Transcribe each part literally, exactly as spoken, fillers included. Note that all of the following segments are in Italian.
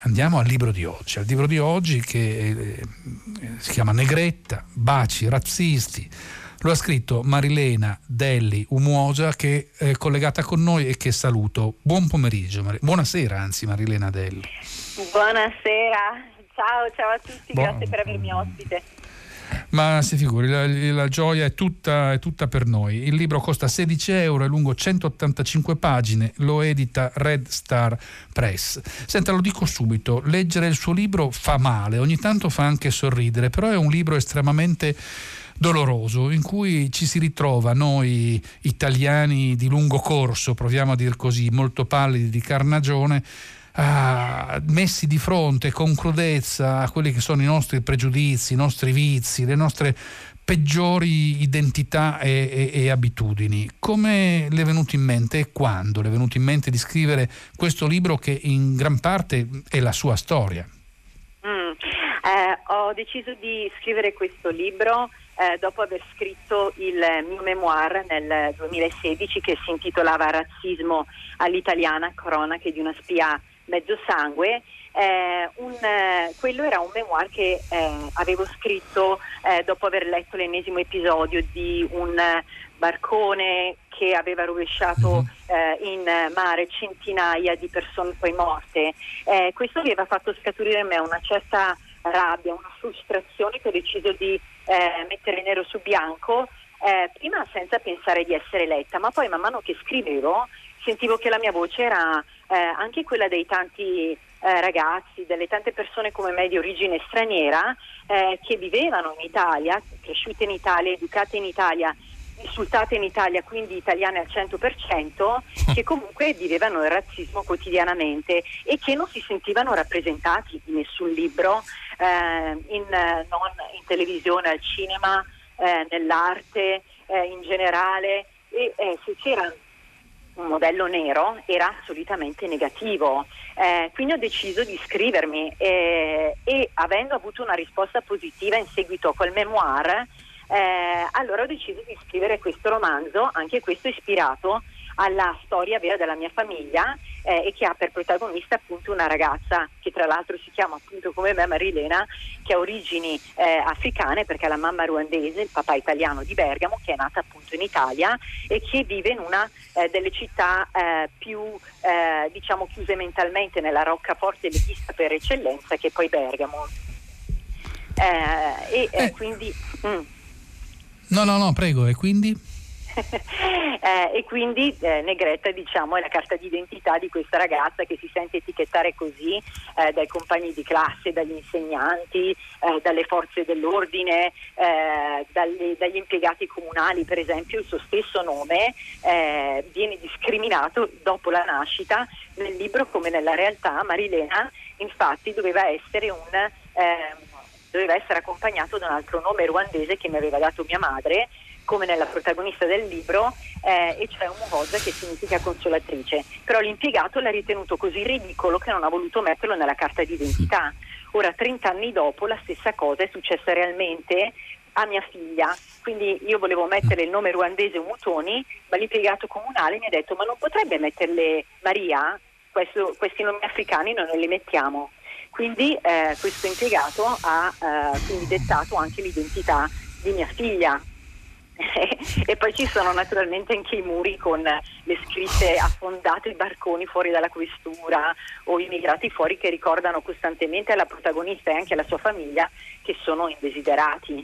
Andiamo al libro di oggi, al libro di oggi che eh, si chiama Negretta, baci razzisti. Lo ha scritto Marilena Delli Umoja, che è collegata con noi e che saluto. Buon pomeriggio, Mar- buonasera anzi Marilena Delli. Buonasera, ciao, ciao a tutti, Buon... grazie per avermi ospite. Ma si figuri, la, la gioia è tutta, è tutta per noi. Il libro costa sedici euro, è lungo centottantacinque pagine, lo edita Red Star Press. Senta, lo dico subito, leggere il suo libro fa male, ogni tanto fa anche sorridere, però è un libro estremamente doloroso in cui ci si ritrova noi italiani di lungo corso, proviamo a dir così, molto pallidi di carnagione, Ah, messi di fronte con crudezza a quelli che sono i nostri pregiudizi, i nostri vizi, le nostre peggiori identità e, e, e abitudini. Come le è venuto in mente e quando le è venuto in mente di scrivere questo libro che in gran parte è la sua storia? Mm, eh, ho deciso di scrivere questo libro eh, dopo aver scritto il mio memoir nel duemilasedici che si intitolava Razzismo all'italiana, cronache di una spia mezzo sangue. Eh, un, eh, quello era un memoir che eh, avevo scritto eh, dopo aver letto l'ennesimo episodio di un eh, barcone che aveva rovesciato eh, in mare centinaia di persone poi morte. Eh, questo aveva fatto scaturire in me una certa rabbia, una frustrazione che ho deciso di eh, mettere nero su bianco, eh, prima senza pensare di essere letta, ma poi man mano che scrivevo sentivo che la mia voce era eh, anche quella dei tanti eh, ragazzi, delle tante persone come me di origine straniera eh, che vivevano in Italia, cresciute in Italia, educate in Italia, insultate in Italia, quindi italiane al cento per cento, che comunque vivevano il razzismo quotidianamente e che non si sentivano rappresentati in nessun libro, eh, in, non in televisione, al cinema, eh, nell'arte, eh, in generale, e eh, se c'era un modello nero era assolutamente negativo, eh, quindi ho deciso di iscrivermi eh, e avendo avuto una risposta positiva in seguito col memoir, eh, allora ho deciso di scrivere questo romanzo, anche questo ispirato alla storia vera della mia famiglia eh, e che ha per protagonista appunto una ragazza che tra l'altro si chiama appunto come me Marilena, che ha origini eh, africane perché ha la mamma ruandese, il papà italiano di Bergamo, che è nata appunto in Italia e che vive in una eh, delle città eh, più eh, diciamo chiuse mentalmente nella roccaforte leghista per eccellenza, che è poi Bergamo. Eh, e eh, eh. quindi mm. No, no, no, prego, e quindi? eh, e quindi eh, Negretta diciamo è la carta d'identità di questa ragazza che si sente etichettare così eh, dai compagni di classe, dagli insegnanti, eh, dalle forze dell'ordine, eh, dalle, dagli impiegati comunali. Per esempio il suo stesso nome eh, viene discriminato dopo la nascita nel libro come nella realtà. Marilena infatti doveva essere un eh, doveva essere accompagnato da un altro nome ruandese che mi aveva dato mia madre, come nella protagonista del libro, eh, e cioè Umuhoza, che significa consolatrice. Però l'impiegato l'ha ritenuto così ridicolo che non ha voluto metterlo nella carta d'identità. Ora, trent'anni dopo, la stessa cosa è successa realmente a mia figlia. Quindi io volevo mettere il nome ruandese Umutoni, ma l'impiegato comunale mi ha detto: ma non potrebbe metterle Maria? Questo, questi nomi africani non li mettiamo. Quindi eh, questo impiegato ha eh, quindi dettato anche l'identità di mia figlia. E poi ci sono naturalmente anche i muri con le scritte affondate, i barconi fuori dalla questura o immigrati fuori che ricordano costantemente alla protagonista e anche alla sua famiglia che sono indesiderati.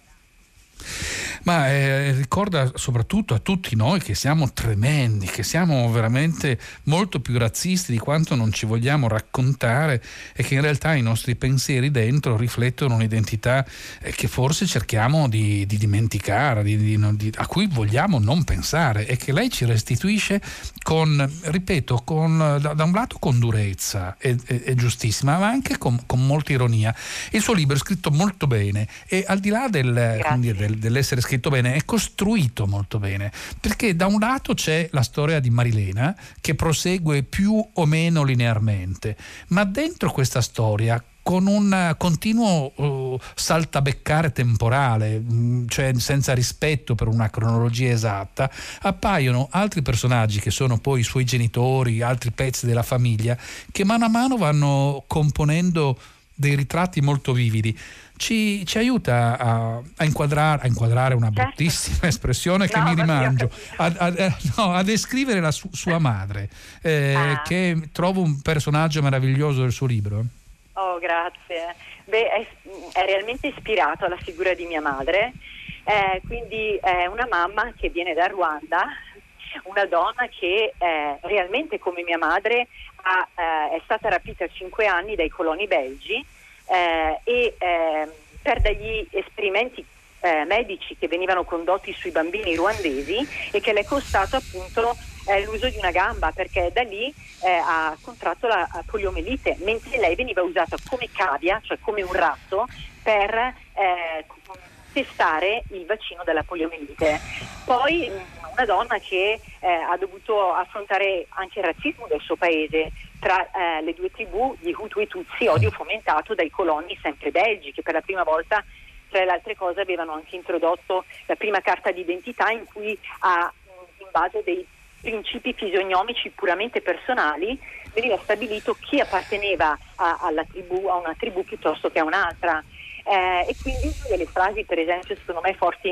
Ma eh, ricorda soprattutto a tutti noi che siamo tremendi, che siamo veramente molto più razzisti di quanto non ci vogliamo raccontare e che in realtà i nostri pensieri dentro riflettono un'identità eh, che forse cerchiamo di, di dimenticare, di, di, di, a cui vogliamo non pensare, e che lei ci restituisce con, ripeto, con, da, da un lato con durezza, è, è, è giustissima, ma anche con, con molta ironia. Il suo libro è scritto molto bene e al di là del, dire, del, dell'essere scritto bene, è costruito molto bene, perché da un lato c'è la storia di Marilena che prosegue più o meno linearmente, ma dentro questa storia con un continuo uh, saltabeccare temporale, mh, cioè senza rispetto per una cronologia esatta, appaiono altri personaggi che sono poi i suoi genitori, altri pezzi della famiglia, che mano a mano vanno componendo dei ritratti molto vividi. Ci, ci aiuta a, a, inquadrare, a inquadrare una certo. bruttissima espressione che no, mi rimangio, a, a, no, a descrivere la su, sua madre, eh, ah. che trovo un personaggio meraviglioso del suo libro. Oh, grazie. Beh, è, è realmente ispirato alla figura di mia madre, eh, quindi è una mamma che viene da Ruanda, una donna che eh, realmente come mia madre ha, eh, è stata rapita a cinque anni dai coloni belgi, Eh, e eh, per degli esperimenti eh, medici che venivano condotti sui bambini ruandesi e che le è costato appunto eh, l'uso di una gamba, perché da lì eh, ha contratto la poliomelite, mentre lei veniva usata come cavia, cioè come un ratto, per eh, testare il vaccino della poliomelite. Poi una donna che eh, ha dovuto affrontare anche il razzismo del suo paese tra eh, le due tribù, gli Hutu e Tutsi, odio fomentato dai coloni sempre belgi, che per la prima volta, tra le altre cose, avevano anche introdotto la prima carta d'identità in cui ha, in base a dei principi fisionomici puramente personali, veniva stabilito chi apparteneva a, alla tribù, a una tribù piuttosto che a un'altra. Eh, e quindi una delle frasi, per esempio, secondo me forti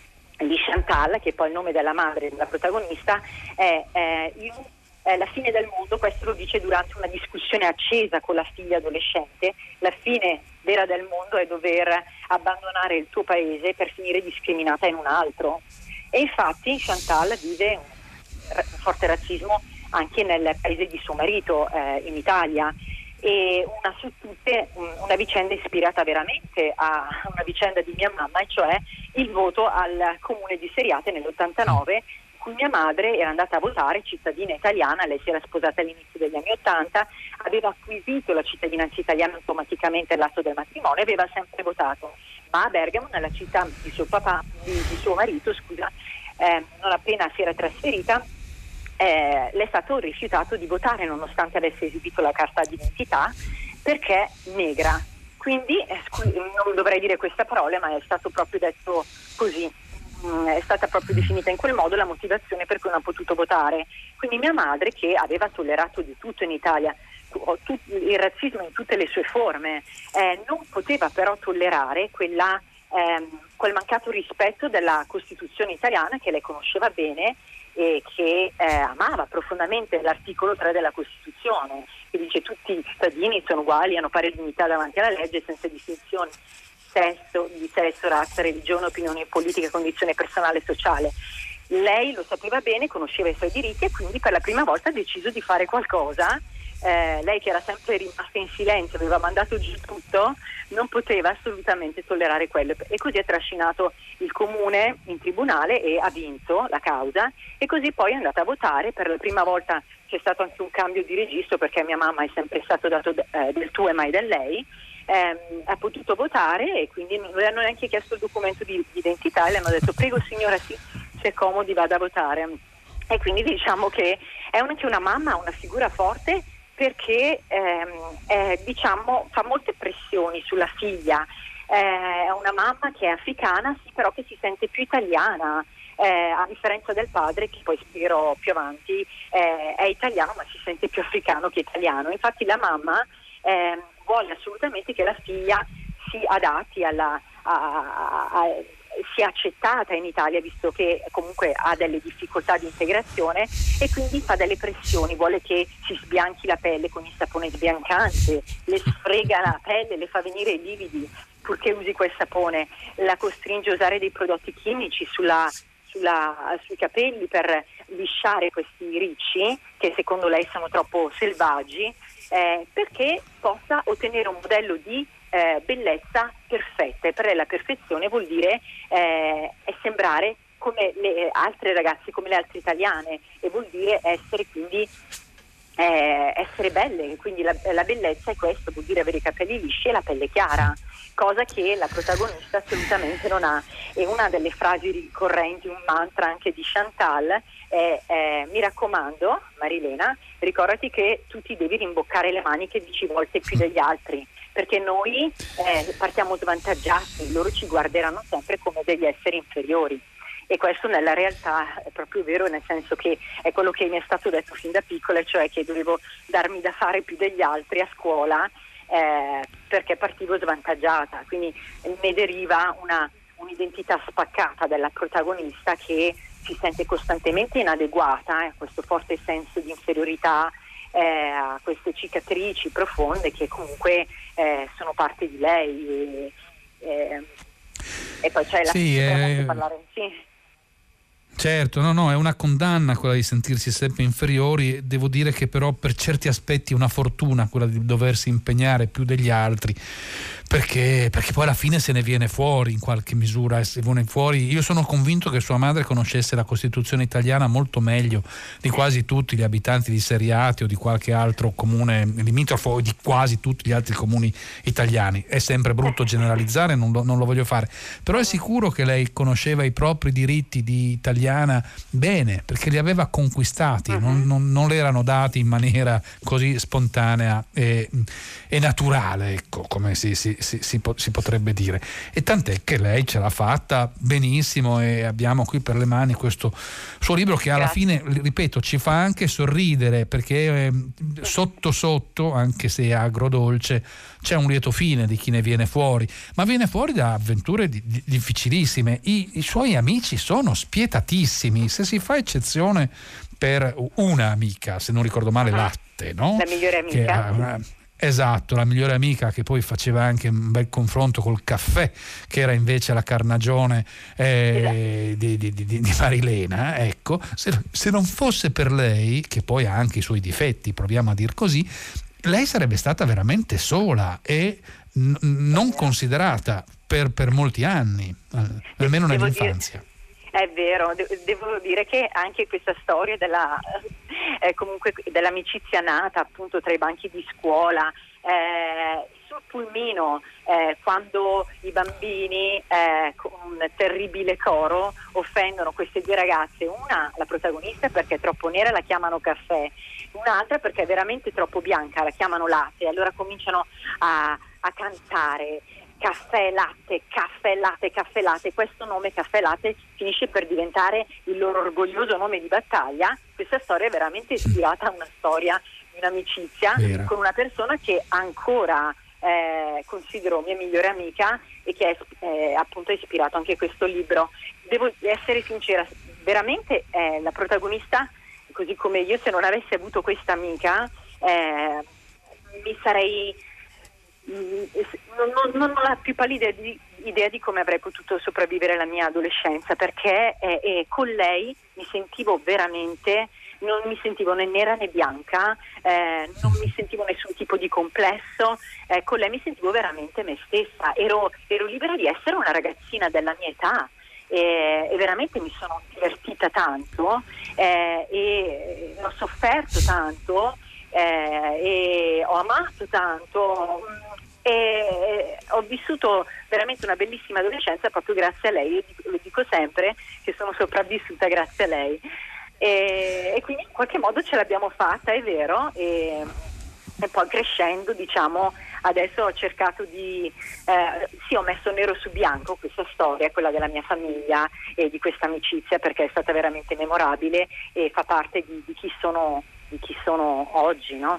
di Chantal, che è poi il nome della madre della protagonista, è eh, io Eh, la fine del mondo, questo lo dice durante una discussione accesa con la figlia adolescente, la fine vera del mondo è dover abbandonare il tuo paese per finire discriminata in un altro. E infatti Chantal vive un forte razzismo anche nel paese di suo marito, eh, in Italia, e una su tutte una vicenda ispirata veramente a una vicenda di mia mamma, e cioè il voto al comune di Seriate nell'ottantanove, cui mia madre era andata a votare, cittadina italiana. Lei si era sposata all'inizio degli anni ottanta, aveva acquisito la cittadinanza italiana automaticamente all'atto del matrimonio, aveva sempre votato, ma a Bergamo, nella città di suo papà, di, di suo marito, scusa, eh, non appena si era trasferita, eh, le è stato rifiutato di votare nonostante avesse esibito la carta d'identità, perché negra. Quindi, eh, scu- non dovrei dire queste parole, ma è stato proprio detto così. È stata proprio definita in quel modo la motivazione per cui non ha potuto votare. Quindi mia madre, che aveva tollerato di tutto in Italia, il razzismo in tutte le sue forme, eh, non poteva però tollerare quella, ehm, quel mancato rispetto della Costituzione italiana, che lei conosceva bene e che eh, amava profondamente l'articolo tre della Costituzione, che dice tutti i cittadini sono uguali, hanno pari dignità davanti alla legge, senza distinzioni sesso, di sesso, razza, religione, opinioni politiche, condizione personale e sociale. Lei lo sapeva bene, conosceva i suoi diritti, e quindi per la prima volta ha deciso di fare qualcosa. Eh, lei, che era sempre rimasta in silenzio, aveva mandato giù tutto, non poteva assolutamente tollerare quello, e così ha trascinato il comune in tribunale e ha vinto la causa, e così poi è andata a votare. Per la prima volta c'è stato anche un cambio di registro, perché a mia mamma è sempre stato dato eh, del tu e mai del lei. Eh, ha potuto votare, e quindi non le hanno neanche chiesto il documento di, di identità, e le hanno detto prego signora, sì, se è comodi vada a votare. E quindi diciamo che è anche una mamma, una figura forte, perché ehm, è, diciamo, fa molte pressioni sulla figlia. Eh, è una mamma che è africana, sì, però che si sente più italiana, eh, a differenza del padre, che poi spiegherò più avanti, eh, è italiano ma si sente più africano che italiano. Infatti la mamma eh, vuole assolutamente che la figlia si adatti alla, a, a, a, sia accettata in Italia, visto che comunque ha delle difficoltà di integrazione, e quindi fa delle pressioni, vuole che si sbianchi la pelle con il sapone sbiancante, le sfrega la pelle, le fa venire i lividi purché usi quel sapone, la costringe a usare dei prodotti chimici sulla, sulla, sui capelli per lisciare questi ricci che secondo lei sono troppo selvaggi, eh, perché possa ottenere un modello di eh, bellezza perfetta. E per lei la perfezione vuol dire eh, è sembrare come le altre ragazze, come le altre italiane, e vuol dire essere quindi eh, essere belle. Quindi la, la bellezza è questo, vuol dire avere i capelli lisci e la pelle chiara, cosa che la protagonista assolutamente non ha. E una delle frasi ricorrenti, un mantra anche di Chantal è eh, mi raccomando Marilena, ricordati che tu ti devi rimboccare le maniche dieci volte più degli altri, perché noi eh, partiamo svantaggiati, loro ci guarderanno sempre come degli esseri inferiori. E questo nella realtà è proprio vero, nel senso che è quello che mi è stato detto fin da piccola, cioè che dovevo darmi da fare più degli altri a scuola eh, perché partivo svantaggiata, quindi ne deriva una, un'identità spaccata della protagonista che si sente costantemente inadeguata a eh, questo forte senso di inferiorità, eh, a queste cicatrici profonde che comunque eh, sono parte di lei e, e, e poi c'è la sì, eh... parlare sì. Certo, no, no, è una condanna quella di sentirsi sempre inferiori. Devo dire che però per certi aspetti è una fortuna quella di doversi impegnare più degli altri, perché, perché poi alla fine se ne viene fuori in qualche misura, e se viene fuori. Io sono convinto che sua madre conoscesse la Costituzione italiana molto meglio di quasi tutti gli abitanti di Seriate o di qualche altro comune limitrofo o di quasi tutti gli altri comuni italiani. È sempre brutto generalizzare, non lo, non lo voglio fare, però è sicuro che lei conosceva i propri diritti di italiana bene, perché li aveva conquistati, uh-huh. non, non, non le erano dati in maniera così spontanea e, e naturale, ecco, come si, si, si, si, si potrebbe dire. E tant'è che lei ce l'ha fatta benissimo e abbiamo qui per le mani questo suo libro che alla fine, ripeto, ci fa anche sorridere, perché eh, sotto sotto, anche se è agrodolce, c'è un lieto fine di chi ne viene fuori, ma viene fuori da avventure di, di, difficilissime. I, I suoi amici sono spietatissimi, se si fa eccezione per una amica, se non ricordo male, uh-huh. Latte, no? La migliore amica. Che ha una, esatto, la migliore amica, che poi faceva anche un bel confronto col caffè, che era invece la carnagione eh, esatto. di, di, di, di Marilena. Ecco, se, se non fosse per lei, che poi ha anche i suoi difetti, proviamo a dir così, lei sarebbe stata veramente sola e n- non considerata per, per molti anni, almeno devo nell'infanzia. Dire, è vero, de- devo dire che anche questa storia della, eh, comunque dell'amicizia nata appunto tra i banchi di scuola, eh, sul pulmino, eh, quando i bambini eh, con un terribile coro offendono queste due ragazze, una la protagonista perché è troppo nera, la chiamano caffè, un'altra perché è veramente troppo bianca, la chiamano latte, e allora cominciano a, a cantare caffè latte, caffè latte, caffè latte. Questo nome caffè latte finisce per diventare il loro orgoglioso nome di battaglia. Questa storia è veramente ispirata a una storia di un'amicizia Vera. con una persona che ancora eh, considero mia migliore amica e che è eh, appunto ispirato anche questo libro. Devo essere sincera, veramente eh, la protagonista, così come io, se non avessi avuto questa amica eh, mi sarei non, non, non ho la più pallida di, idea di come avrei potuto sopravvivere la mia adolescenza, perché eh, eh, con lei mi sentivo veramente, non mi sentivo né nera né bianca, eh, non mi sentivo nessun tipo di complesso, eh, con lei mi sentivo veramente me stessa, ero, ero libera di essere una ragazzina della mia età. E, e veramente mi sono divertita tanto eh, e ho sofferto tanto eh, e ho amato tanto e, e ho vissuto veramente una bellissima adolescenza proprio grazie a lei. Io lo dico sempre che sono sopravvissuta grazie a lei e, e quindi in qualche modo ce l'abbiamo fatta, è vero, e, e poi crescendo, diciamo, adesso ho cercato di eh, sì, ho messo nero su bianco questa storia, quella della mia famiglia e di questa amicizia, perché è stata veramente memorabile e fa parte di, di chi sono di chi sono oggi, no?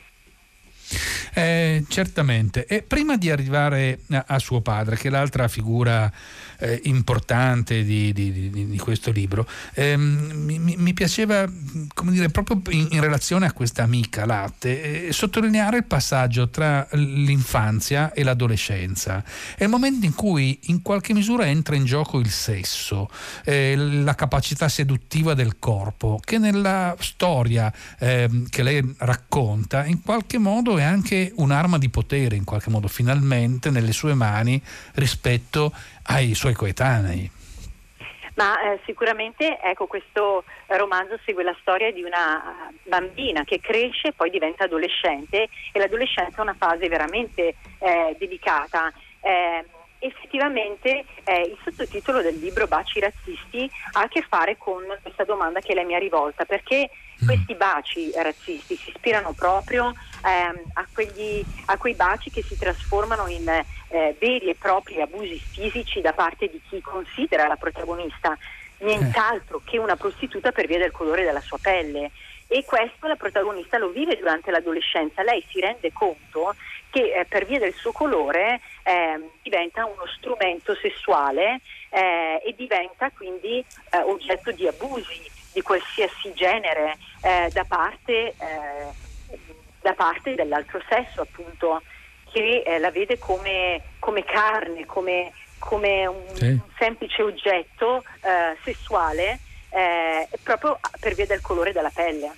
Eh, certamente. E prima di arrivare a, a suo padre, che è l'altra figura eh, importante di, di, di, di questo libro, ehm, mi, mi piaceva, come dire, proprio in, in relazione a questa amica Latte, eh, sottolineare il passaggio tra l'infanzia e l'adolescenza. È il momento in cui in qualche misura entra in gioco il sesso, eh, la capacità seduttiva del corpo, che nella storia eh, che lei racconta in qualche modo è anche un'arma di potere, in qualche modo, finalmente nelle sue mani rispetto ai suoi coetanei. Ma eh, sicuramente, ecco, questo romanzo segue la storia di una bambina che cresce e poi diventa adolescente, e l'adolescenza è una fase veramente eh, delicata. Eh, effettivamente eh, il sottotitolo del libro, Baci razzisti, ha a che fare con questa domanda che lei mi ha rivolta, perché questi baci razzisti si ispirano proprio ehm, a, quegli, a quei baci che si trasformano in eh, veri e propri abusi fisici da parte di chi considera la protagonista nient'altro che una prostituta per via del colore della sua pelle. E questo la protagonista lo vive durante l'adolescenza. Lei si rende conto che eh, per via del suo colore eh, diventa uno strumento sessuale eh, e diventa quindi eh, oggetto di abusi di qualsiasi genere eh, da parte eh, da parte dell'altro sesso, appunto, che eh, la vede come, come carne, come, come un, sì. un semplice oggetto eh, sessuale eh, proprio per via del colore della pelle.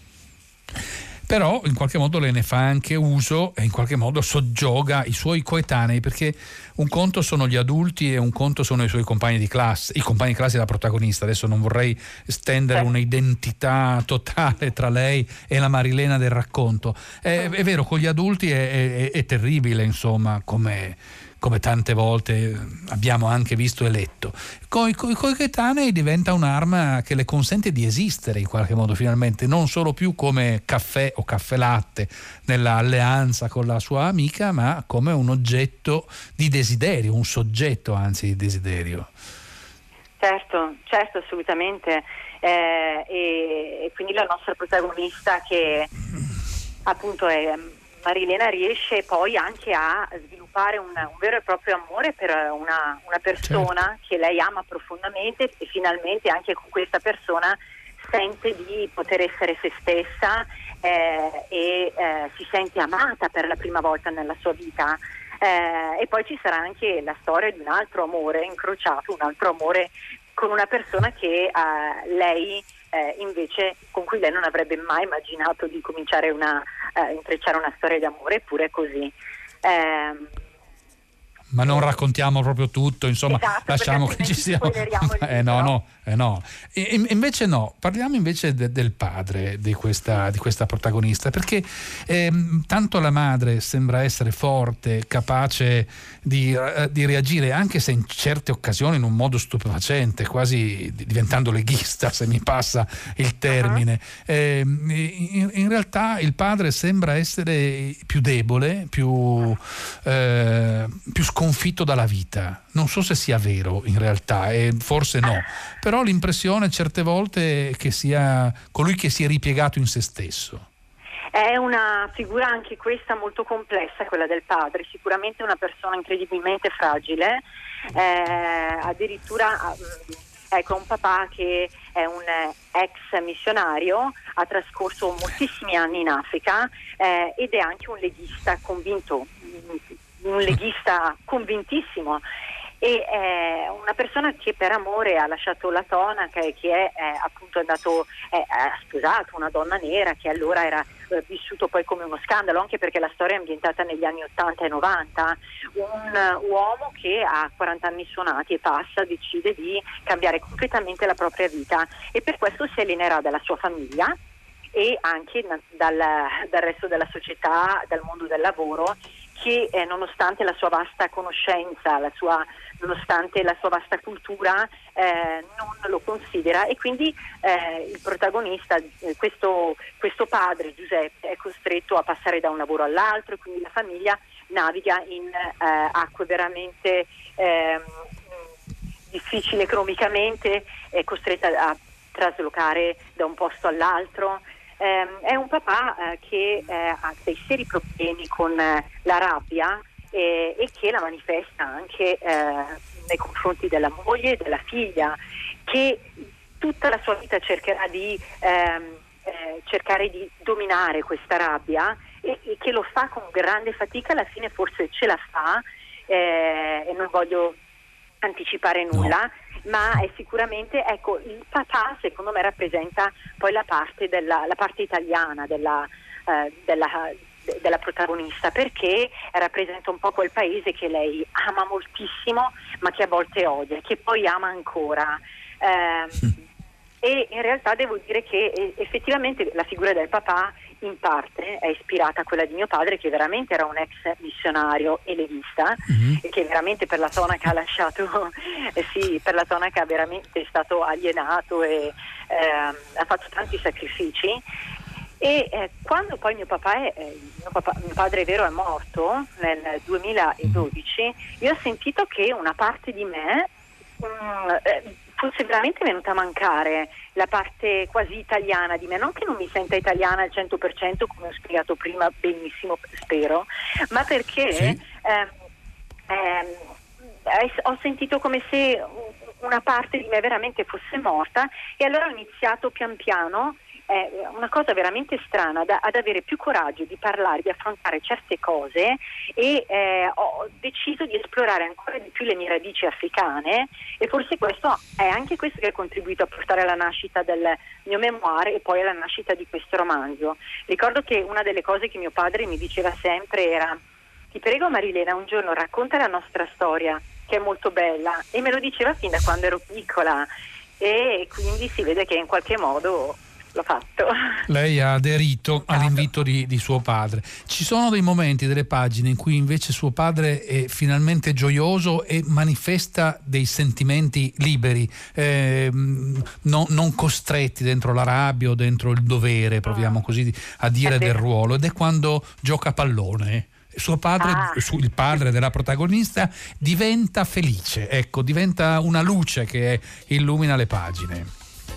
Però in qualche modo lei ne fa anche uso e in qualche modo soggioga i suoi coetanei, perché un conto sono gli adulti e un conto sono i suoi compagni di classe, i compagni di classe della protagonista. Adesso non vorrei stendere un'identità totale tra lei e la Marilena del racconto. È, è vero, con gli adulti è, è, è terribile, insomma, come... come tante volte abbiamo anche visto e letto. Con i coetanei diventa un'arma che le consente di esistere in qualche modo finalmente, non solo più come caffè o caffè latte nella alleanza con la sua amica, ma come un oggetto di desiderio, un soggetto anzi di desiderio. Certo, certo, assolutamente. Eh, e, e quindi la nostra protagonista, che appunto è Marilena, riesce poi anche a sviluppare un, un vero e proprio amore per una, una persona, certo, che lei ama profondamente, e finalmente anche con questa persona sente di poter essere se stessa eh, e eh, si sente amata per la prima volta nella sua vita. Eh, e poi ci sarà anche la storia di un altro amore incrociato, un altro amore con una persona che eh, lei eh, invece con cui lei non avrebbe mai immaginato di cominciare una eh, intrecciare una storia d'amore, eppure è così. Eh, ma non raccontiamo proprio tutto, insomma, esatto, lasciamo che ci sia. Eh no, no, eh no. E, invece no, parliamo invece de, del padre di questa, di questa protagonista, perché eh, tanto la madre sembra essere forte, capace di, eh, di reagire, anche se in certe occasioni in un modo stupefacente, quasi diventando leghista, se mi passa il termine. Uh-huh. Eh, in, in realtà il padre sembra essere più debole, più, eh, più sconfitto dalla vita. Non so se sia vero in realtà, e forse no, però l'impressione certe volte è che sia colui che si è ripiegato in se stesso. È una figura anche questa molto complessa, quella del padre, sicuramente una persona incredibilmente fragile, eh, addirittura ecco, un papà che è un ex missionario, ha trascorso moltissimi anni in Africa eh, ed è anche un leghista convinto, un leghista convintissimo, e è una persona che per amore ha lasciato la tonaca e che è, è appunto andato è, ha sposato una donna nera, che allora era eh, vissuto poi come uno scandalo, anche perché la storia è ambientata negli anni ottanta e novanta. Un uomo che a quaranta anni suonati e passa decide di cambiare completamente la propria vita, e per questo si alienerà dalla sua famiglia e anche dal, dal resto della società, dal mondo del lavoro, che eh, nonostante la sua vasta conoscenza, la sua, nonostante la sua vasta cultura, eh, non lo considera, e quindi eh, il protagonista, eh, questo, questo padre Giuseppe, è costretto a passare da un lavoro all'altro, e quindi la famiglia naviga in eh, acque veramente eh, difficili economicamente, è costretta a traslocare da un posto all'altro. Eh, è un papà eh, che eh, ha dei seri problemi con eh, la rabbia eh, e che la manifesta anche eh, nei confronti della moglie e della figlia, che tutta la sua vita cercherà di ehm, eh, cercare di dominare questa rabbia, e, e che lo fa con grande fatica. Alla fine forse ce la fa, eh, e non voglio anticipare nulla, no. Ma è sicuramente, ecco, il papà secondo me rappresenta poi la parte della la parte italiana della, eh, della, de, della protagonista, perché rappresenta un po' quel paese che lei ama moltissimo, ma che a volte odia, che poi ama ancora. Eh, e in realtà devo dire che effettivamente la figura del papà in parte è ispirata a quella di mio padre, che veramente era un ex missionario e leghista, mm-hmm. e che veramente per la tonaca ha lasciato eh sì, per la tonaca veramente è stato alienato e eh, ha fatto tanti sacrifici, E eh, quando poi mio papà è, eh, mio, papà, mio padre vero è morto nel duemiladodici, io ho sentito che una parte di me mh, eh, fosse veramente venuta a mancare, la parte quasi italiana di me, non che non mi senta italiana al cento per cento come ho spiegato prima, benissimo spero, ma perché sì. ehm, ehm, ho sentito come se una parte di me veramente fosse morta, e allora ho iniziato pian piano, eh, una cosa veramente strana, da, ad avere più coraggio di parlare, di affrontare certe cose, e eh, ho deciso di esplorare ancora di più le mie radici africane, e forse questo è anche questo che ha contribuito a portare alla nascita del mio memoir e poi alla nascita di questo romanzo. Ricordo che una delle cose che mio padre mi diceva sempre era: ti prego Marilena, un giorno racconta la nostra storia, che è molto bella, e me lo diceva fin da quando ero piccola, e quindi si vede che in qualche modo l'ho fatto. Lei ha aderito all'invito di, di suo padre. Ci sono dei momenti, delle pagine in cui invece suo padre è finalmente gioioso e manifesta dei sentimenti liberi, eh, non, non costretti dentro la rabbia o dentro il dovere, proviamo così a dire, del ruolo, ed è quando gioca a pallone. Suo padre, ah. il padre della protagonista, diventa felice, ecco, diventa una luce che illumina le pagine.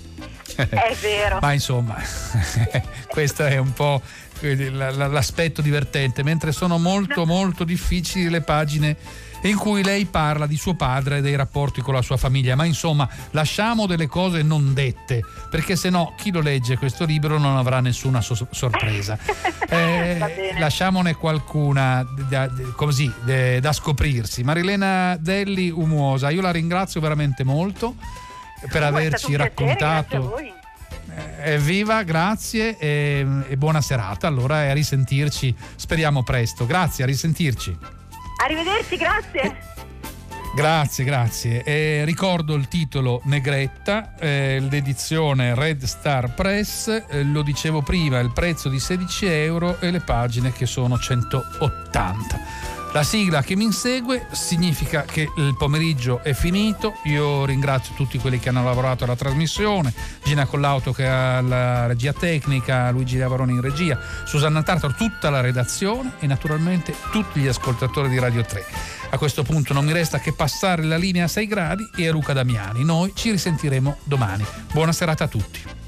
È vero. Ma insomma, questo è un po' l'aspetto divertente, mentre sono molto molto difficili le pagine in cui lei parla di suo padre e dei rapporti con la sua famiglia. Ma insomma, lasciamo delle cose non dette, perché se no chi lo legge questo libro non avrà nessuna so- sorpresa. Eh, lasciamone qualcuna da, così da scoprirsi. Marilena Delli Umosa, io la ringrazio veramente molto per oh, averci raccontato. Evviva, grazie e, e buona serata allora, e a risentirci, speriamo presto. Grazie, a risentirci. Arrivederci, grazie. Grazie, grazie. E ricordo il titolo Negretta, eh, l'edizione Red Star Press, eh, lo dicevo prima, il prezzo di sedici euro e le pagine che sono centottanta. La sigla che mi insegue significa che il pomeriggio è finito. Io ringrazio tutti quelli che hanno lavorato alla trasmissione, Gina Collauto che ha la regia tecnica, Luigi Lavaroni in regia, Susanna Tartaro, tutta la redazione e naturalmente tutti gli ascoltatori di Radio tre. A questo punto non mi resta che passare la linea a sei gradi e a Luca Damiani. Noi ci risentiremo domani. Buona serata a tutti.